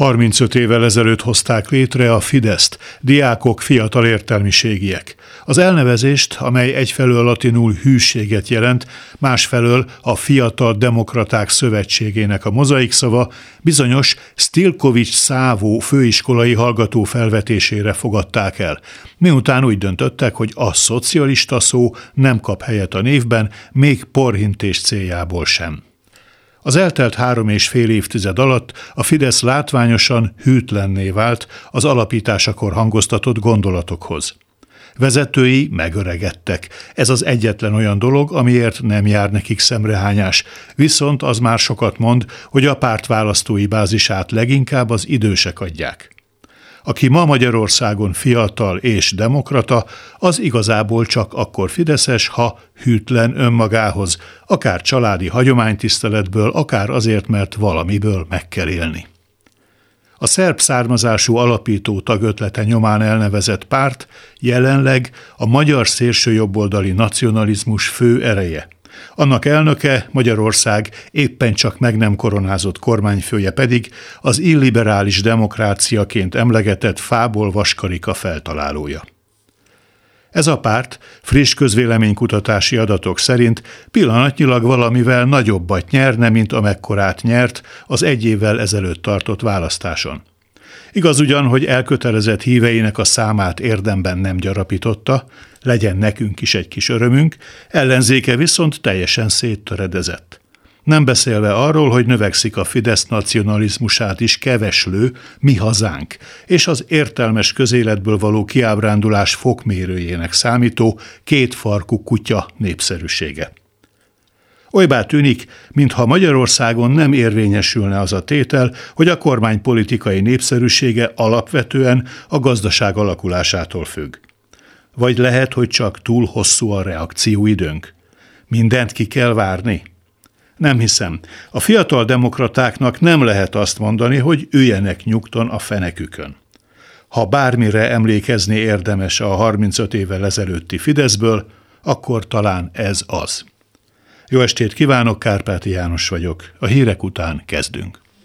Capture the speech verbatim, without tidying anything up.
harmincöt évvel ezelőtt hozták létre a Fideszt, diákok, fiatal értelmiségiek. Az elnevezést, amely egyfelől latinul hűséget jelent, másfelől a Fiatal Demokraták Szövetségének a mozaikszava, bizonyos Stilkovics Szávó főiskolai hallgató felvetésére fogadták el, miután úgy döntöttek, hogy a szocialista szó nem kap helyet a névben, még porhintés céljából sem. Az eltelt három és fél évtized alatt a Fidesz látványosan hűtlenné vált az alapításakor hangoztatott gondolatokhoz. Vezetői megöregedtek. Ez az egyetlen olyan dolog, amiért nem jár nekik szemrehányás, viszont az már sokat mond, hogy a párt választói bázisát leginkább az idősek adják. Aki ma Magyarországon fiatal és demokrata, az igazából csak akkor fideszes, ha hűtlen önmagához, akár családi hagyománytiszteletből, akár azért, mert valamiből meg kell élni. A szerb származású alapító tag ötlete nyomán elnevezett párt jelenleg a magyar szélsőjobboldali nacionalizmus fő ereje. Annak elnöke, Magyarország éppen csak meg nem koronázott kormányfője pedig az illiberális demokráciaként emlegetett Fából Vaskarika feltalálója. Ez a párt friss közvéleménykutatási adatok szerint pillanatnyilag valamivel nagyobbat nyerne, mint amekkorát nyert az egy évvel ezelőtt tartott választáson. Igaz ugyan, hogy elkötelezett híveinek a számát érdemben nem gyarapította, legyen nekünk is egy kis örömünk, ellenzéke viszont teljesen széttöredezett. Nem beszélve arról, hogy növekszik a Fidesz nacionalizmusát is keveslő mi hazánk, és az értelmes közéletből való kiábrándulás fokmérőjének számító kétfarkú kutya népszerűsége. Olybá tűnik, mintha Magyarországon nem érvényesülne az a tétel, hogy a kormány politikai népszerűsége alapvetően a gazdaság alakulásától függ. Vagy lehet, hogy csak túl hosszú a reakcióidőnk? Mindent ki kell várni? Nem hiszem. A fiatal demokratáknak nem lehet azt mondani, hogy üljenek nyugton a fenekükön. Ha bármire emlékezni érdemes a harmincöt évvel ezelőtti Fideszből, akkor talán ez az. Jó estét kívánok, Kárpáti János vagyok. A hírek után kezdünk.